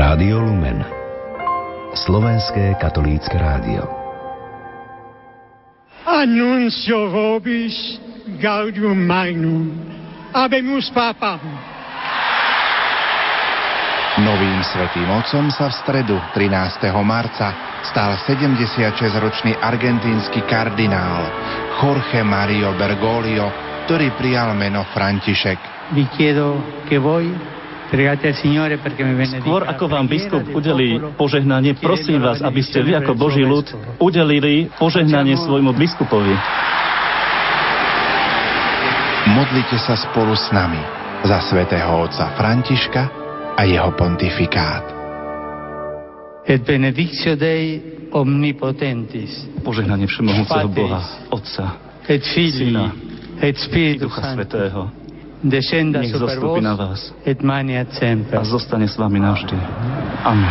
Rádio Lumen, slovenské katolícke rádio. Annuncio vobis gaudium magnum, habemus papam. Novým svätým otcom sa v stredu 13. marca stal 76-ročný argentínsky kardinál Jorge Mario Bergoglio, ktorý prijal meno František. Skôr ako vám biskup udelí požehnanie, prosím vás, aby ste vy ako Boží ľud udelili požehnanie svojmu biskupovi. Modlite sa spolu s nami za svätého otca Františka a jeho pontifikát. Et benedictio Dei omnipotentis, požehnanie všemohúceho Boha, Otca, et Filii, Syna, et Spiritus Ducha Sancti, Svätého, descenda nech super zostupí vos, na vás et maniat semper. a zostane s vami navždy. Amen.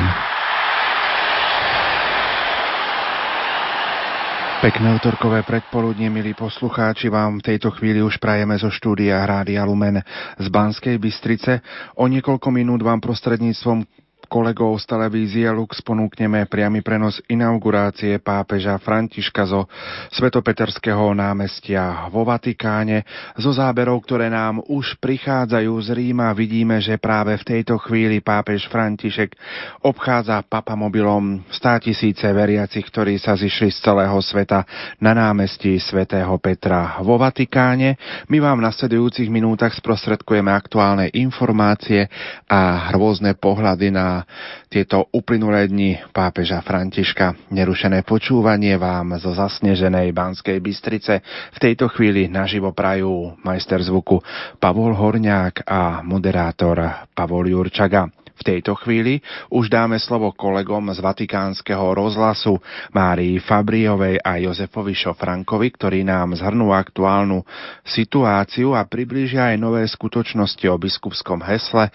Pekné utorkové predpoludnie, milí poslucháči, vám v tejto chvíli už prajeme zo štúdia Rádia Lumen z Banskej Bystrice. O niekoľko minút vám prostredníctvom kolegov z televízie Lux ponúkneme priamy prenos inaugurácie pápeža Františka zo Svetopeterského námestia vo Vatikáne. Zo záberov, ktoré nám už prichádzajú z Ríma, vidíme, že práve v tejto chvíli pápež František obchádza papamobilom 100 000 veriacich, ktorí sa zišli z celého sveta na námestí svätého Petra vo Vatikáne. My vám v nasledujúcich minútach sprostredkujeme aktuálne informácie a rôzne pohľady na tieto uplynulé dni pápeža Františka. Nerušené počúvanie vám zo zasneženej Banskej Bystrice v tejto chvíli naživo prajú majster zvuku Pavol Horňák a moderátor Pavol Jurčaga. V tejto chvíli už dáme slovo kolegom z Vatikánskeho rozhlasu Márii Fabriovej a Jozefovi Šofrankovi, ktorí nám zhrnú aktuálnu situáciu a priblížia aj nové skutočnosti o biskupskom hesle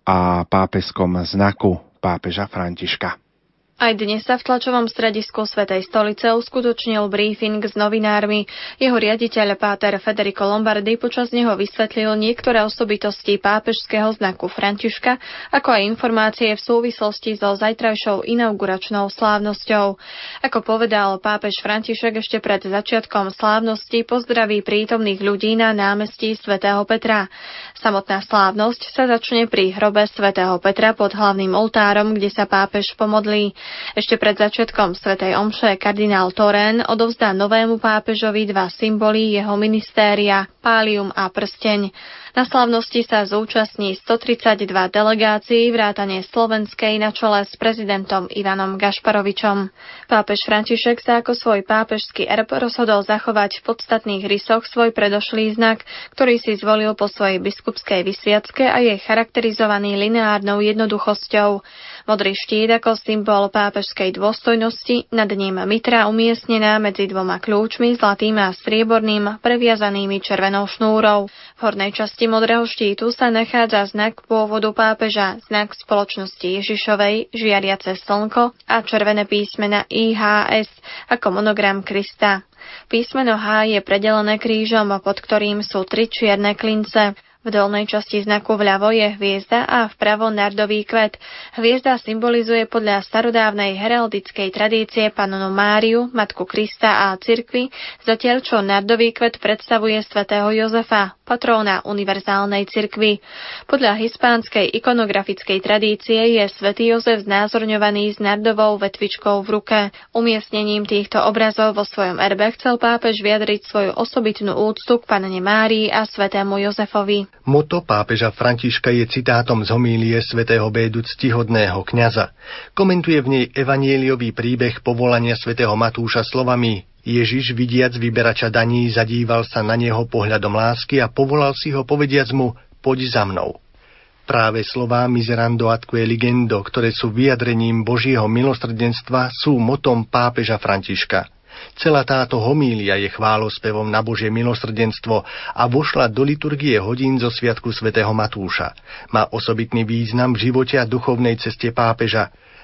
a pápeskom znaku pápeža Františka. Aj dnes sa v tlačovom stredisku Svätej stolice uskutočnil briefing s novinármi. Jeho riaditeľ páter Federico Lombardi počas neho vysvetlil niektoré osobitosti pápežského znaku Františka, ako aj informácie v súvislosti so zajtrajšou inauguračnou slávnosťou. Ako povedal, pápež František ešte pred začiatkom slávnosti pozdraví prítomných ľudí na námestí svätého Petra. Samotná slávnosť sa začne pri hrobe svätého Petra pod hlavným oltárom, kde sa pápež pomodlí. Ešte pred začiatkom svätej omše kardinál Torén odovzdá novému pápežovi dva symboly jeho ministéria, pálium a prsteň. Na slávnosti sa zúčastní 132 delegácií vrátane slovenskej na čele s prezidentom Ivanom Gašparovičom. Pápež František sa ako svoj pápežský erb rozhodol zachovať v podstatných rysoch svoj predošlý znak, ktorý si zvolil po svojej biskupskej vysviacke a je charakterizovaný lineárnou jednoduchosťou. Modrý štít ako symbol pápežskej dôstojnosti, nad ním mitra umiestnená medzi dvoma kľúčmi, zlatým a strieborným, previazanými červenou šnúrou. V hornej časti modrého štítu sa nachádza znak pôvodu pápeža, znak spoločnosti Ježišovej, žiariace slnko a červené písmena IHS ako monogram Krista. Písmeno H je predelené krížom, pod ktorým sú 3 čierne klince. V dolnej časti znaku vľavo je hviezda a vpravo nardový kvet. Hviezda symbolizuje podľa starodávnej heraldickej tradície Pannu Máriu, Matku Krista a cirkvi, zatiaľ čo nardový kvet predstavuje svätého Jozefa, patróna univerzálnej cirkvi. Podľa hispánskej ikonografickej tradície je svätý Jozef znázorňovaný s nardovou vetvičkou v ruke. Umiestnením týchto obrazov vo svojom erbe chcel pápež vyjadriť svoju osobitnú úctu k Panne Márii a svätému Jozefovi. Motto pápeža Františka je citátom z homílie svätého Bédu ctihodného kňaza. Komentuje v nej evanjeliový príbeh povolania svätého Matúša slovami: Ježiš, vidiac vyberača daní, zadíval sa na neho pohľadom lásky a povolal si ho, povediac mu: poď za mnou. Práve slová miserando atque ligendo, ktoré sú vyjadrením Božieho milosrdenstva, sú motom pápeža Františka. Celá táto homília je chválospevom na Božie milosrdenstvo a vošla do liturgie hodín zo sviatku svätého Matúša. Má osobitný význam v živote a duchovnej ceste pápeža.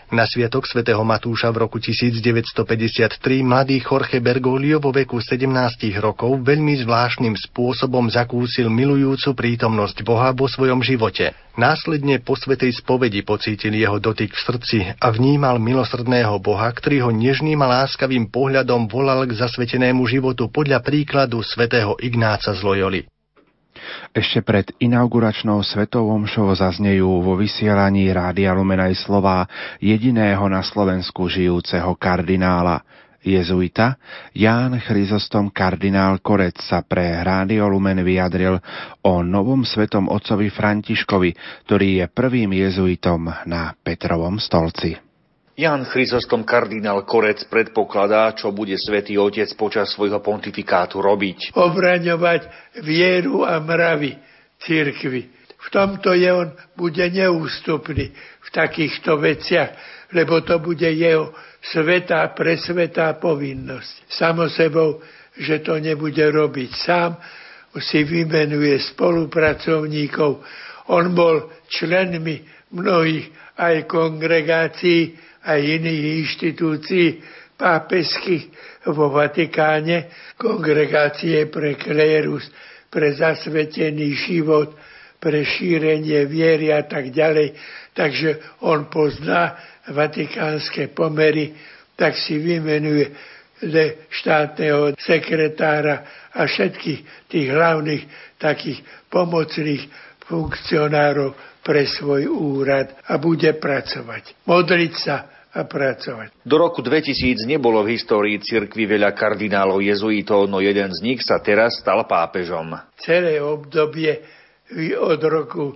Na sviatok svätého Matúša v roku 1953 mladý Jorge Bergoglio vo veku 17 rokov veľmi zvláštnym spôsobom zakúsil milujúcu prítomnosť Boha vo svojom živote. Následne po svätej spovedi pocítil jeho dotyk v srdci a vnímal milosrdného Boha, ktorý ho nežným a láskavým pohľadom volal k zasvetenému životu podľa príkladu svätého Ignáca z Loyoli. Ešte pred inauguračnou svetovou omšou zaznejú vo vysielaní Rádia Lumen aj slová jediného na Slovensku žijúceho kardinála. Jezuita Ján Chryzostom kardinál Korec sa pre Rádio Lumen vyjadril o novom svetom otcovi Františkovi, ktorý je prvým jezuitom na Petrovom stolci. Ján Chryzostom kardinál Korec predpokladá, čo bude Svätý Otec počas svojho pontifikátu robiť. Obraňovať vieru a mravy cirkvi. V tomto on bude neústupný v takýchto veciach, lebo to bude jeho svätá, presvätá povinnosť. Samo sebou, že to nebude robiť sám, si vymenuje spolupracovníkov. On bol členmi mnohých aj kongregácií, aj iných inštitúcií pápežských vo Vatikáne, kongregácie pre klérus, pre zasvetený život, pre šírenie viery a tak ďalej. Takže on pozná vatikánske pomery, tak si vymenuje štátneho sekretára a všetkých tých hlavných takých pomocných funkcionárov pre svoj úrad a bude pracovať. Modliť sa a pracovať. Do roku 2000 nebolo v histórii cirkvi veľa kardinálov jezuitov, no jeden z nich sa teraz stal pápežom. Celé obdobie od roku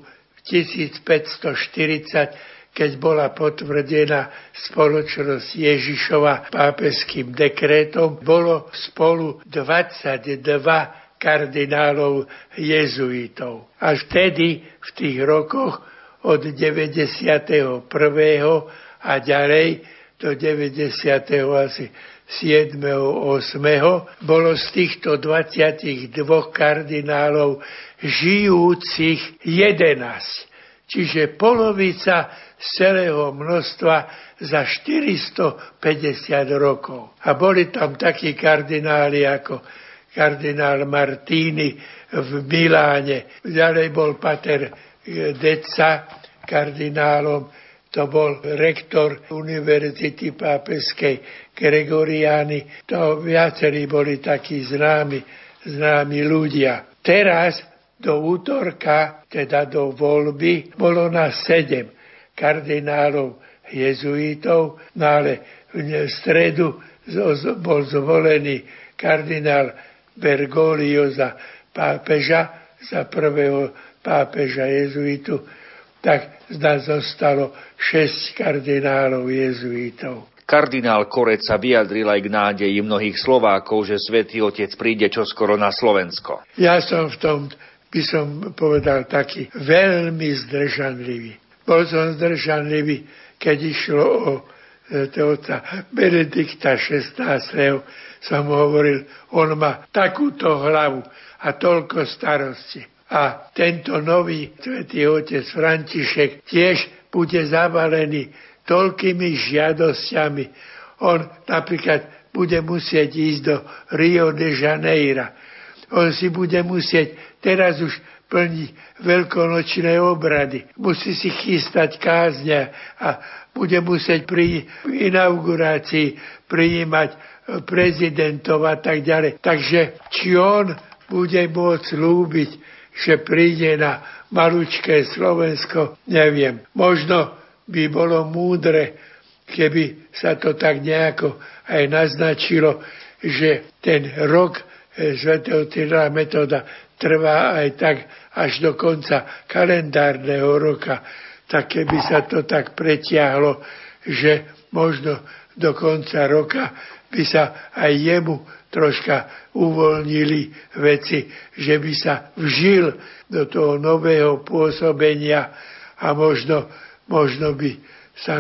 1540, keď bola potvrdená spoločnosť Ježišova pápežským dekrétom, bolo spolu 22 kardinálov jezuitov. Až vtedy, v tých rokoch od 91. a ďalej do 90. asi 7. 8. bolo z týchto 22 kardinálov žijúcich 11. Čiže polovica z celého množstva za 450 rokov. A boli tam takí kardináli ako kardinál Martini v Miláne. Ďalej bol pater Deca kardinálom, to bol rektor Univerzity pápežskej Gregoriány. To viacerí boli takí známi ľudia. Teraz do útorka, teda do voľby, bolo na 7 kardinálov jezuitov, no ale v stredu bol zvolený kardinál Bergoglio za pápeža, za prvého pápeža jezuitu, tak nás zostalo 6 kardinálov jezuitov. Kardinál Korec sa vyjadril aj k nádeji mnohých Slovákov, že Svätý Otec príde čoskoro na Slovensko. Ja som v tom, by som povedal, taký veľmi zdržanlivý. Bol som zdržanlivý, keď išlo o otca Benedikta XVI. Som hovoril, on má takúto hlavu a toľko starosti. A tento nový Svätý Otec František tiež bude zavalený toľkými žiadosťami. On napríklad bude musieť ísť do Rio de Janeira. On si bude musieť teraz už plniť veľkonočné obrady. Musí si chystať kázňa a bude musieť pri inaugurácii prijímať prezidentov a tak ďalej. Takže či on bude môcť slúbiť, že príde na malučké Slovensko, neviem. Možno by bolo múdre, keby sa to tak nejako aj naznačilo, že ten rok svätého Cyrila Metoda trvá aj tak až do konca kalendárneho roka. Tak keby sa to tak pretiahlo, že možno do konca roka by sa aj jemu troška uvoľnili veci, že by sa vžil do toho nového pôsobenia a možno by sa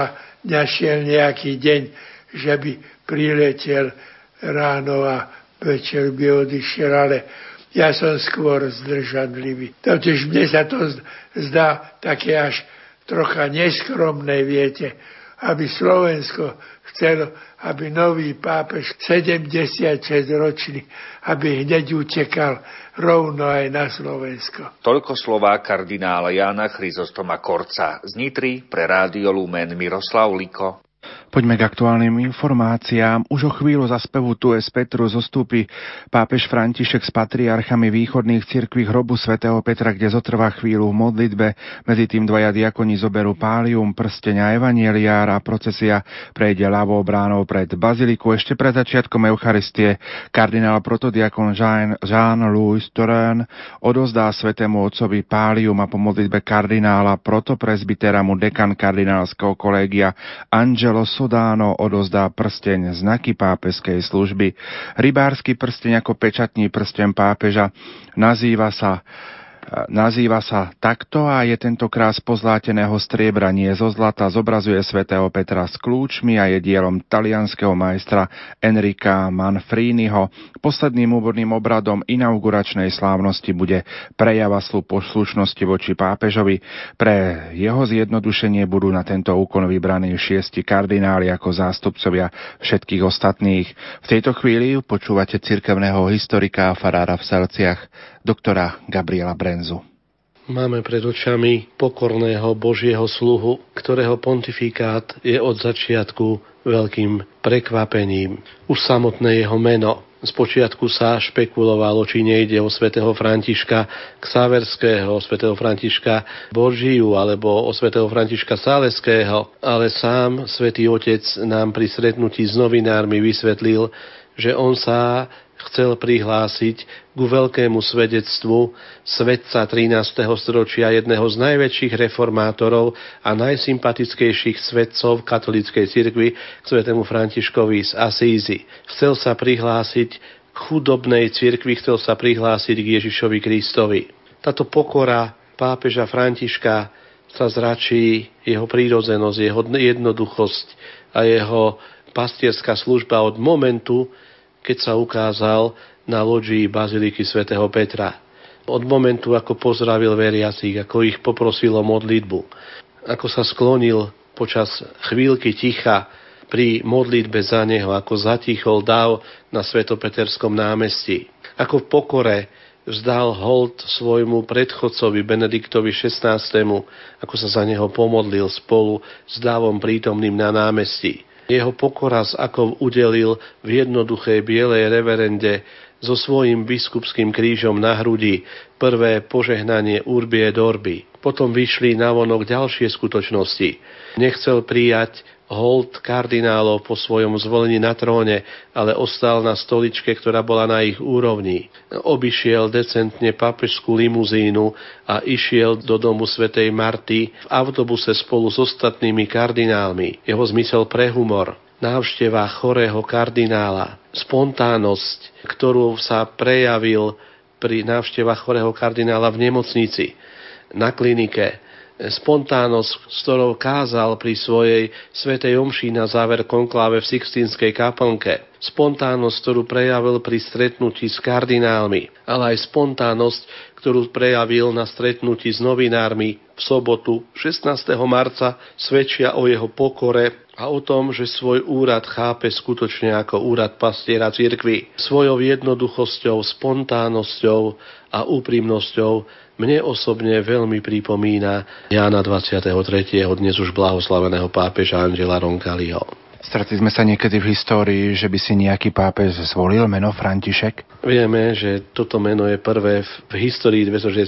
našiel nejaký deň, že by priletel ráno a večer by odišiel, ale ja som skôr zdržanlivý. Totiž mne sa to zdá také až trocha neskromné, viete, aby Slovensko chcelo, aby nový pápež 76-ročný, aby hneď utekal rovno aj na Slovensko. Toľko slová kardinála Jána Chryzostoma Korca. Z Nitry pre Rádio Lumen Miroslav Liko. Poďme k aktuálnym informáciám. Už o chvíľu za spevu Tu es Petrus zostúpi pápež František s patriarchami východných cirkví hrobu svätého Petra, kde zotrvá chvíľu v modlitbe. Medzi tým dvaja diakoni zoberú pálium, prsteň a evanjeliár a procesia prejde ľavou bránou pred baziliku. Ešte pred začiatkom Eucharistie kardinál protodiakon Jean-Louis Turenne odozdá svätému otcovi pálium a po modlitbe kardinála protopresbytera mu dekan kardinálskeho kolégia Angelo Sodano odozdá prsteň znaky pápeskej služby. Rybársky prsteň ako pečatný prsteň pápeža nazýva sa takto a je tentokrát z pozláteného striebra, nie zo zlata. Zobrazuje svätého Petra s kľúčmi a je dielom talianskeho majstra Enrika Manfriniho. Posledným úvodným obradom inauguračnej slávnosti bude prejava poslušnosti voči pápežovi. Pre jeho zjednodušenie budú na tento úkon vybraní 6 kardináli ako zástupcovia všetkých ostatných. V tejto chvíli počúvate cirkevného historika a farára v Selciach, doktora Gabriela Brenzu. Máme pred očami pokorného Božieho sluhu, ktorého pontifikát je od začiatku veľkým prekvapením. Už samotné jeho meno. Spočiatku sa špekulovalo, či nejde o svätého Františka Ksaverského, o svätého Františka Boržiu alebo o svätého Františka Saleského, ale sám svätý Otec nám pri stretnutí s novinármi vysvetlil, že on sa chcel prihlásiť ku veľkému svedectvu svetca 13. storočia, jedného z najväčších reformátorov a najsympatickejších svetcov katolíckej cirkvi, k svätému Františkovi z Asízy. Chcel sa prihlásiť k chudobnej cirkvi, chcel sa prihlásiť k Ježišovi Kristovi. Táto pokora pápeža Františka sa zračí jeho prírodzenosť, jeho jednoduchosť a jeho pastierská služba od momentu, keď sa ukázal na lodži baziliky svätého Petra. Od momentu, ako pozdravil veriacich, ako ich poprosil o modlitbu, ako sa sklonil počas chvíľky ticha pri modlitbe za neho, ako zatichol dáv na Svetopeterskom námestí, ako v pokore vzdal hold svojmu predchodcovi Benediktovi XVI, ako sa za neho pomodlil spolu s dávom prítomným na námestí. Jeho pokora, ako udelil v jednoduchej bielej reverende so svojím biskupským krížom na hrudi prvé požehnanie Urbi et Orbi. Potom vyšli navonok ďalšie skutočnosti. Nechcel prijať hold kardinálov po svojom zvolení na tróne, ale ostal na stoličke, ktorá bola na ich úrovni. Obišiel decentne pápežskú limuzínu a išiel do domu svätej Marty v autobuse spolu s ostatnými kardinálmi. Jeho zmysel pre humor, návšteva chorého kardinála, spontánnosť, ktorú sa prejavil pri návštevách chorého kardinála v nemocnici, na klinike, spontánnosť, s ktorou kázal pri svojej svätej omši na záver konkláve v Sixtínskej kaplnke, spontánnosť, ktorú prejavil pri stretnutí s kardinálmi, ale aj spontánnosť, ktorú prejavil na stretnutí s novinármi v sobotu 16. marca, svedčia o jeho pokore a o tom, že svoj úrad chápe skutočne ako úrad pastiera cirkvi. Svojou jednoduchosťou, spontánnosťou a úprimnosťou mne osobne veľmi pripomína Jána 23., dnes už blahoslaveného pápeža Angela Roncalliho. Stretli sme sa niekedy v histórii, že by si nejaký pápež zvolil meno František? Vieme, že toto meno je prvé v histórii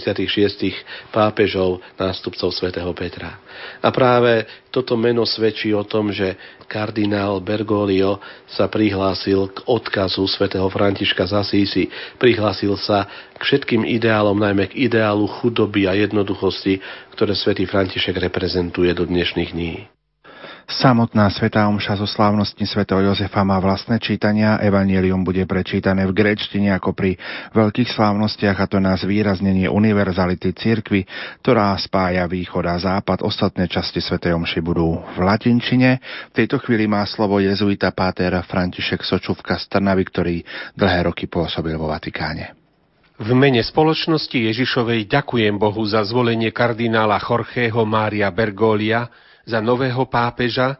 266 pápežov, nástupcov svätého Petra. A práve toto meno svedčí o tom, že kardinál Bergoglio sa prihlásil k odkazu svätého Františka z Asízy. Prihlásil sa k všetkým ideálom, najmä k ideálu chudoby a jednoduchosti, ktoré svätý František reprezentuje do dnešných dní. Samotná svätá omša zo slávnosti svätého Jozefa má vlastné čítania. Evanjelium bude prečítané v gréčtine ako pri veľkých slávnostiach, a to na zvýraznenie univerzality cirkvi, ktorá spája východ a západ. Ostatné časti svätej omši budú v latinčine. V tejto chvíli má slovo jezuita páter František Sočuvka z Trnavy, ktorý dlhé roky pôsobil vo Vatikáne. V mene spoločnosti Ježišovej ďakujem Bohu za zvolenie kardinála Jorgeho Mária Bergoglia za nového pápeža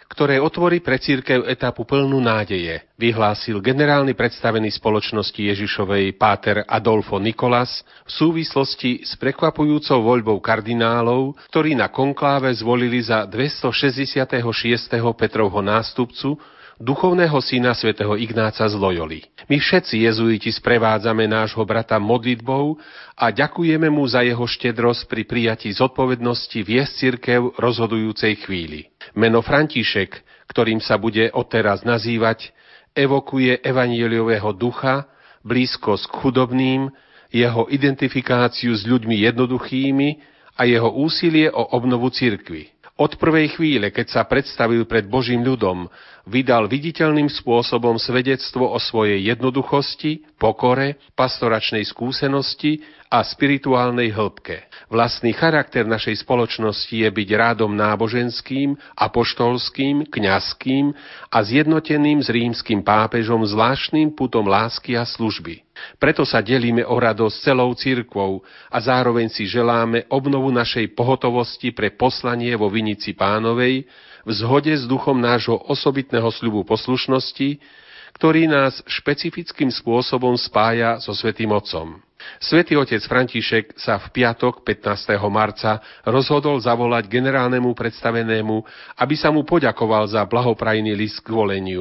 ktoré otvorí pre cirkev etapu plnú nádeje, vyhlásil generálny predstavený spoločnosti Ježišovej páter Adolfo Nikolas v súvislosti s prekvapujúcou voľbou kardinálov, ktorí na konkláve zvolili za 266. Petrovho nástupcu duchovného syna svätého Ignáca z Loyoli. My všetci jezuiti sprevádzame nášho brata modlitbou a ďakujeme mu za jeho štedrosť pri prijatí zodpovednosti viesť cirkev rozhodujúcej chvíli. Meno František, ktorým sa bude odteraz nazývať, evokuje evanjeliového ducha, blízkosť k chudobným, jeho identifikáciu s ľuďmi jednoduchými a jeho úsilie o obnovu cirkvi. Od prvej chvíle, keď sa predstavil pred Božím ľudom, vydal viditeľným spôsobom svedectvo o svojej jednoduchosti, pokore, pastoračnej skúsenosti a spirituálnej hĺbke. Vlastný charakter našej spoločnosti je byť rádom náboženským, apoštolským, kňazským a zjednoteným s rímskym pápežom zvláštnym putom lásky a služby. Preto sa delíme o radosť celou cirkvou a zároveň si želáme obnovu našej pohotovosti pre poslanie vo vinici Pánovej v zhode s duchom nášho osobitného sľubu poslušnosti, ktorý nás špecifickým spôsobom spája so Svätým Otcom. Svätý otec František sa v piatok 15. marca rozhodol zavolať generálnemu predstavenému, aby sa mu poďakoval za blahoprajný list k voleniu.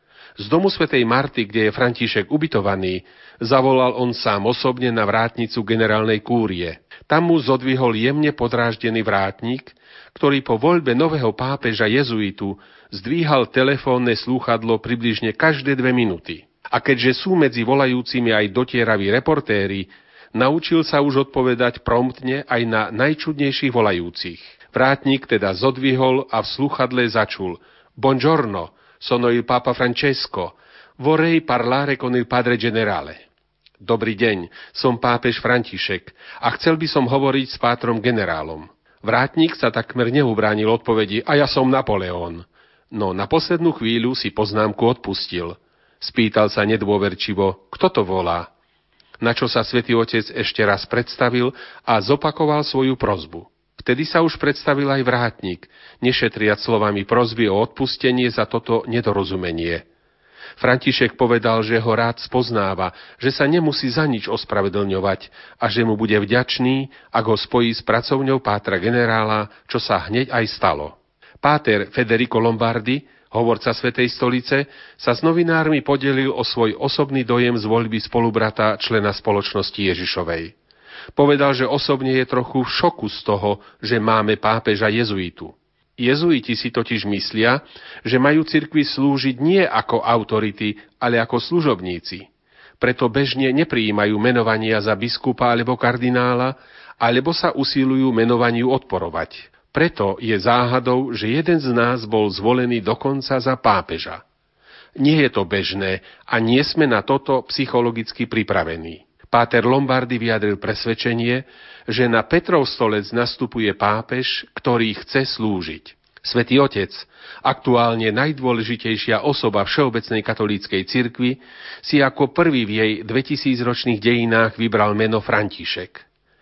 Z domu svätej Marty, kde je František ubytovaný, zavolal on sám osobne na vrátnicu generálnej kúrie. Tam mu zodvihol jemne podráždený vrátnik, ktorý po voľbe nového pápeža jezuitu zdvíhal telefónne slúchadlo približne každé 2 minúty. A keďže sú medzi volajúcimi aj dotieraví reportéri, naučil sa už odpovedať promptne aj na najčudnejších volajúcich. Vrátnik teda zodvihol a v slúchadle začul: Buongiorno, sono il Papa Francesco, vorrei parlare con il Padre Generale. Dobrý deň, som pápež František a chcel by som hovoriť s pátrom generálom. Vrátnik sa takmer neubránil odpovedi: a ja som Napoleon. No na poslednú chvíľu si poznámku odpustil. Spýtal sa nedôverčivo: kto to volá? Na čo sa svätý otec ešte raz predstavil a zopakoval svoju prosbu. Vtedy sa už predstavil aj vrátnik, nešetriac slovami prosby o odpustenie za toto nedorozumenie. František povedal, že ho rád spoznáva, že sa nemusí za nič ospravedlňovať a že mu bude vďačný, ak ho spojí s pracovňou pátra generála, čo sa hneď aj stalo. Páter Federico Lombardi, hovorca Svätej stolice, sa s novinármi podelil o svoj osobný dojem z voľby spolubrata člena spoločnosti Ježišovej. Povedal, že osobne je trochu v šoku z toho, že máme pápeža jezuitu. Jezuiti si totiž myslia, že majú cirkvi slúžiť nie ako autority, ale ako služobníci. Preto bežne neprijímajú menovania za biskupa alebo kardinála, alebo sa usilujú menovaniu odporovať. Preto je záhadou, že jeden z nás bol zvolený dokonca za pápeža. Nie je to bežné a nie sme na toto psychologicky pripravení. Páter Lombardi vyjadril presvedčenie, že na Petrov stolec nastupuje pápež, ktorý chce slúžiť. Svätý Otec, aktuálne najdôležitejšia osoba všeobecnej katolíckej cirkvi, si ako prvý v jej 2000-ročných dejinách vybral meno František.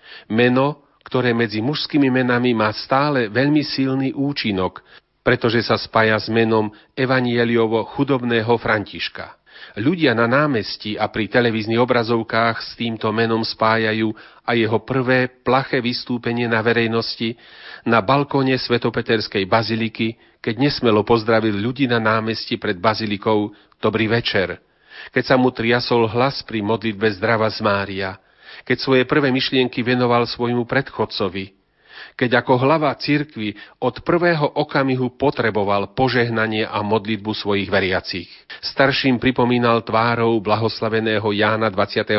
Meno, ktoré medzi mužskými menami má stále veľmi silný účinok, pretože sa spája s menom evanjeliovo chudobného Františka. Ľudia na námestí a pri televíznych obrazovkách s týmto menom spájajú a jeho prvé plaché vystúpenie na verejnosti na balkóne Svetopeterskej baziliky, keď nesmelo pozdravil ľudí na námestí pred bazilikou: Dobrý večer, keď sa mu triasol hlas pri modlitbe Zdravás Mária, keď svoje prvé myšlienky venoval svojmu predchodcovi, keď ako hlava cirkvi od prvého okamihu potreboval požehnanie a modlitbu svojich veriacich. Starším pripomínal tvárou blahoslaveného Jána 23.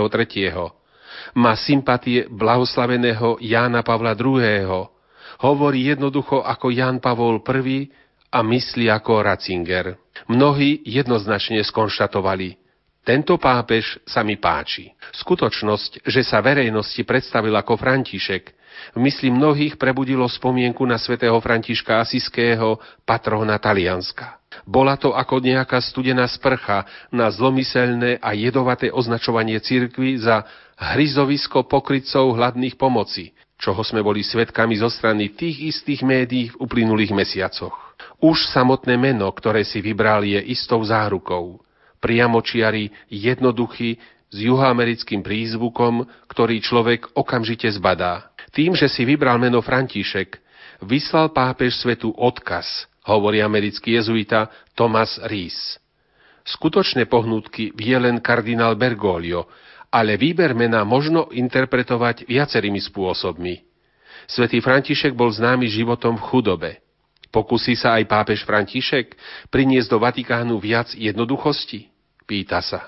Má sympatie blahoslaveného Jána Pavla II. Hovorí jednoducho ako Ján Pavol I. a myslí ako Ratzinger. Mnohí jednoznačne skonštatovali: tento pápež sa mi páči. Skutočnosť, že sa verejnosti predstavil ako František, v mysli mnohých prebudilo spomienku na svätého Františka Asiského, patróna Talianska. Bola to ako nejaká studená sprcha na zlomyselné a jedovaté označovanie cirkvi za hryzovisko pokrytcov hladných pomoci, čoho sme boli svedkami zo strany tých istých médií v uplynulých mesiacoch. Už samotné meno, ktoré si vybral, je istou zárukou. Priamočiary, jednoduchý, s juhoamerickým prízvukom, ktorý človek okamžite zbadá. Tým, že si vybral meno František, vyslal pápež svetu odkaz, hovorí americký jezuita Thomas Rees. Skutočné pohnútky vie len kardinál Bergoglio, ale výber mena možno interpretovať viacerými spôsobmi. Svätý František bol známy životom v chudobe. Pokusí sa aj pápež František priniesť do Vatikánu viac jednoduchosti? Pýta sa.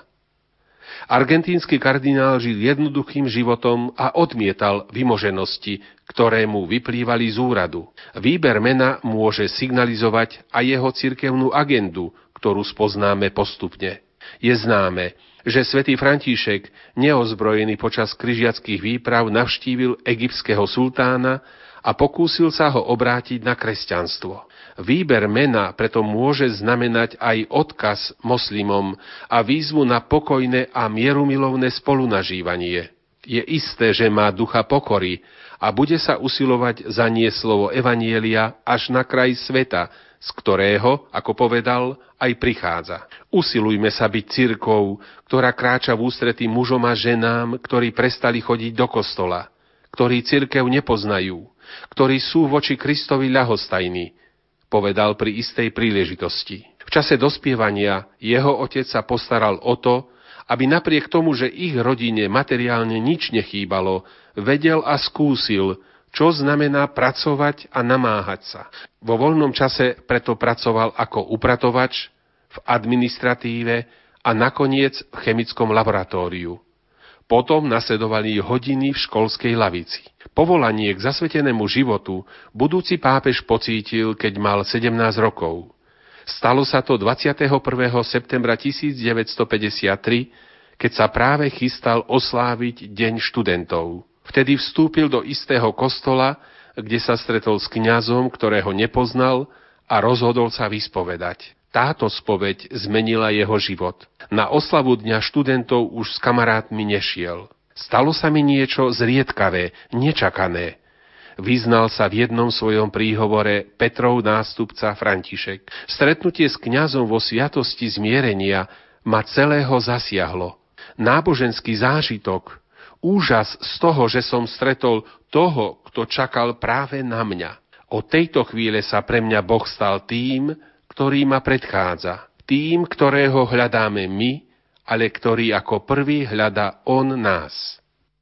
Argentínsky kardinál žil jednoduchým životom a odmietal vymoženosti, ktoré mu vyplývali z úradu. Výber mena môže signalizovať aj jeho cirkevnú agendu, ktorú spoznáme postupne. Je známe, že svätý František, neozbrojený počas križiackých výprav, navštívil egyptského sultána a pokúsil sa ho obrátiť na kresťanstvo. Výber mena preto môže znamenať aj odkaz moslimom a výzvu na pokojné a mierumilovné spolunažívanie. Je isté, že má ducha pokory a bude sa usilovať zaniesť slovo evanjelia až na kraj sveta, z ktorého, ako povedal, aj prichádza. Usilujme sa byť cirkvou, ktorá kráča v ústretí mužom a ženám, ktorí prestali chodiť do kostola, ktorí cirkev nepoznajú, ktorí sú voči Kristovi ľahostajní, povedal pri istej príležitosti. V čase dospievania jeho otec sa postaral o to, aby napriek tomu, že ich rodine materiálne nič nechýbalo, vedel a skúsil, čo znamená pracovať a namáhať sa. Vo voľnom čase preto pracoval ako upratovač, v administratíve a nakoniec v chemickom laboratóriu. Potom nasledovali hodiny v školskej lavici. Povolanie k zasvetenému životu budúci pápež pocítil, keď mal 17 rokov. Stalo sa to 21. septembra 1953, keď sa práve chystal osláviť Deň študentov. Vtedy vstúpil do istého kostola, kde sa stretol s kňazom, ktorého nepoznal, a rozhodol sa vyspovedať. Táto spoveď zmenila jeho život. Na oslavu Dňa študentov už s kamarátmi nešiel. Stalo sa mi niečo zriedkavé, nečakané. Vyznal sa v jednom svojom príhovore Petrov nástupca František. Stretnutie s kňazom vo sviatosti zmierenia ma celého zasiahlo. Náboženský zážitok, úžas z toho, že som stretol toho, kto čakal práve na mňa. Od tejto chvíle sa pre mňa Boh stal tým, ktorý ma predchádza. Tým, ktorého hľadáme my, ale ktorý ako prvý hľadá on nás.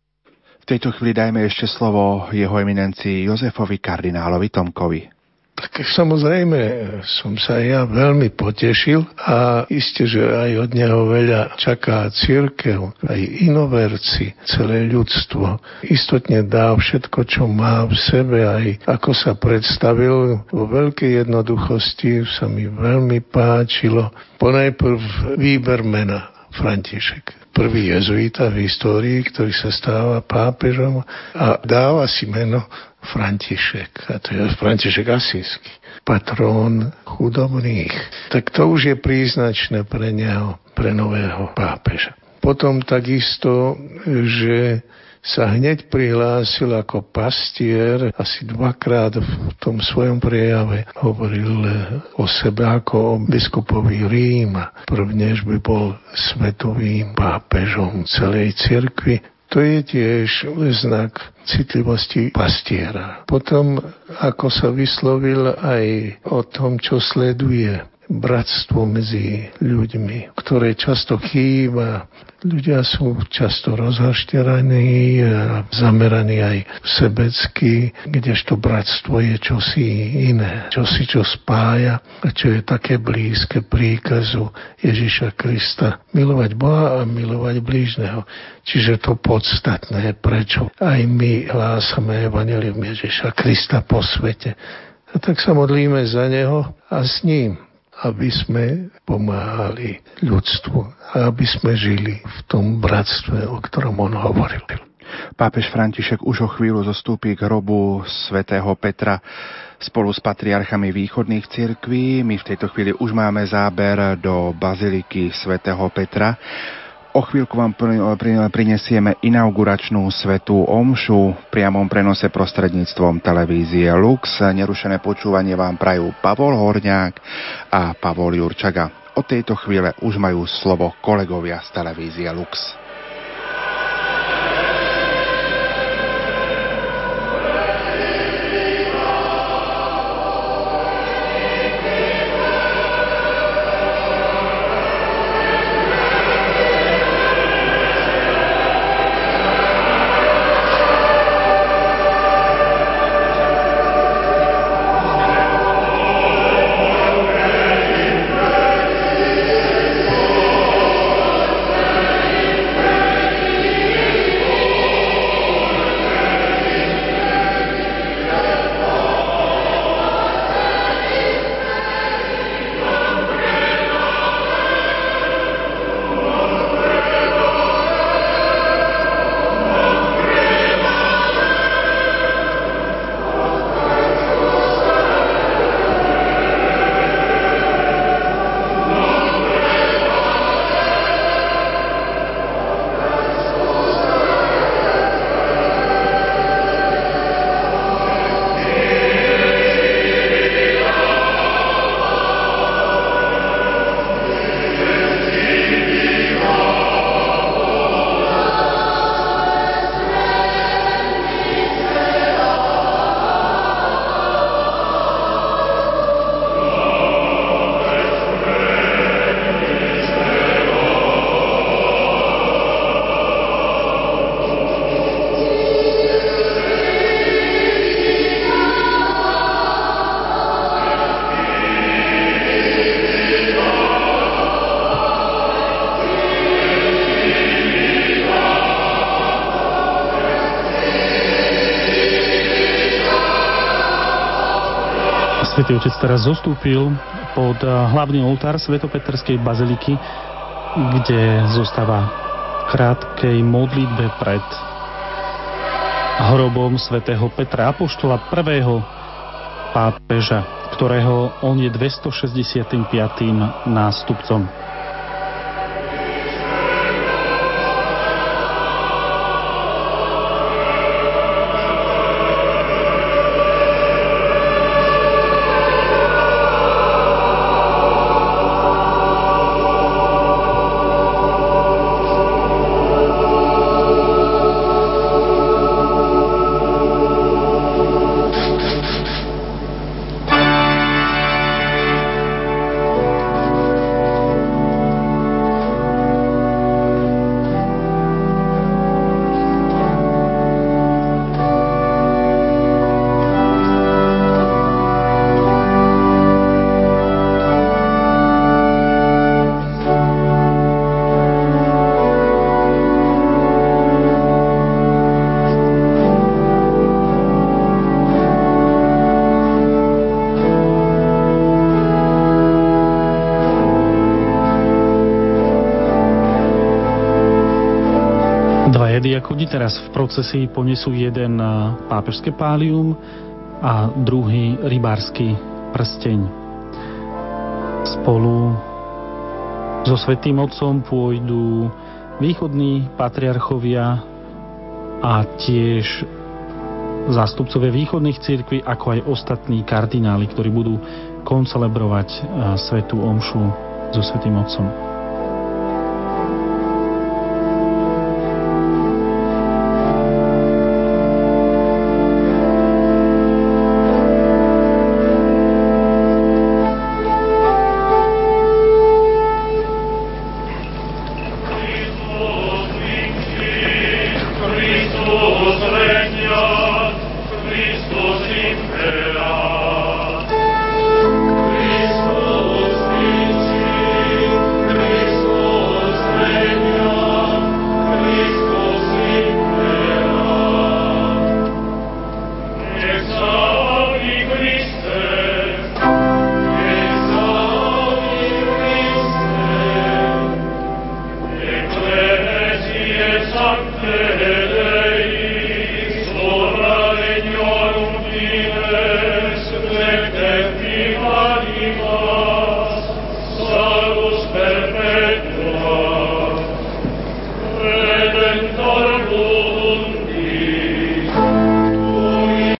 V tejto chvíli dajme ešte slovo jeho eminencii Jozefovi kardinálovi Tomkovi. Tak samozrejme som sa ja veľmi potešil a isté, že aj od neho veľa čaká cirkev, aj inoverci, celé ľudstvo. Istotne dá všetko, čo má v sebe, aj ako sa predstavil. Vo veľkej jednoduchosti sa mi veľmi páčilo. Ponajprv výber mena František. Prvý jezuita v histórii, ktorý sa stáva pápežom a dáva si meno František. A to je František Asísky, patrón chudobných. Tak to už je príznačné pre neho, pre nového pápeža. Potom takisto, že sa hneď prihlásil ako pastier, asi dvakrát v tom svojom prejave hovoril o sebe ako o biskupovi Ríma, prvnež by bol svetovým pápežom celej cirkvi. To je tiež znak citlivosti pastiera. Potom, ako sa vyslovil aj o tom, čo sleduje bratstvo medzi ľuďmi, ktoré často chýba. Ľudia sú často rozhašťeraní a zameraní aj sebecky, kdežto bratstvo je čosi iné, čosi, čo spája a čo je také blízke príkazu Ježiša Krista. Milovať Boha a milovať blížneho. Čiže to podstatné, prečo aj my hlásame evanjelium Ježiša Krista po svete. A tak sa modlíme za neho a s ním, aby sme pomáhali ľudstvu a aby sme žili v tom bratstve, o ktorom on hovoril. Pápež František už o chvíľu zostúpi k hrobu svätého Petra spolu s patriarchami východných cirkví. My v tejto chvíli už máme záber do baziliky svätého Petra. O chvíľku vám prinesieme inauguračnú svätú omšu v priamom prenose prostredníctvom televízie Lux. Nerušené počúvanie vám prajú Pavol Horňák a Pavol Jurčaga. Od tejto chvíle už majú slovo kolegovia z televízie Lux. Svätý Otec teraz zostúpil pod hlavný oltár Svetopetrskej baziliky, kde zostáva krátkej modlitbe pred hrobom svätého Petra Apoštola, prvého pápeža, ktorého on je 265. nástupcom. Diakoni teraz v procesii ponesú jeden pápežské pálium a druhý rybársky prsteň. Spolu so Svätým Otcom pôjdu východní patriarchovia a tiež zástupcovia východných cirkví, ako aj ostatní kardináli, ktorí budú koncelebrovať svätú omšu so Svätým Otcom. Sancte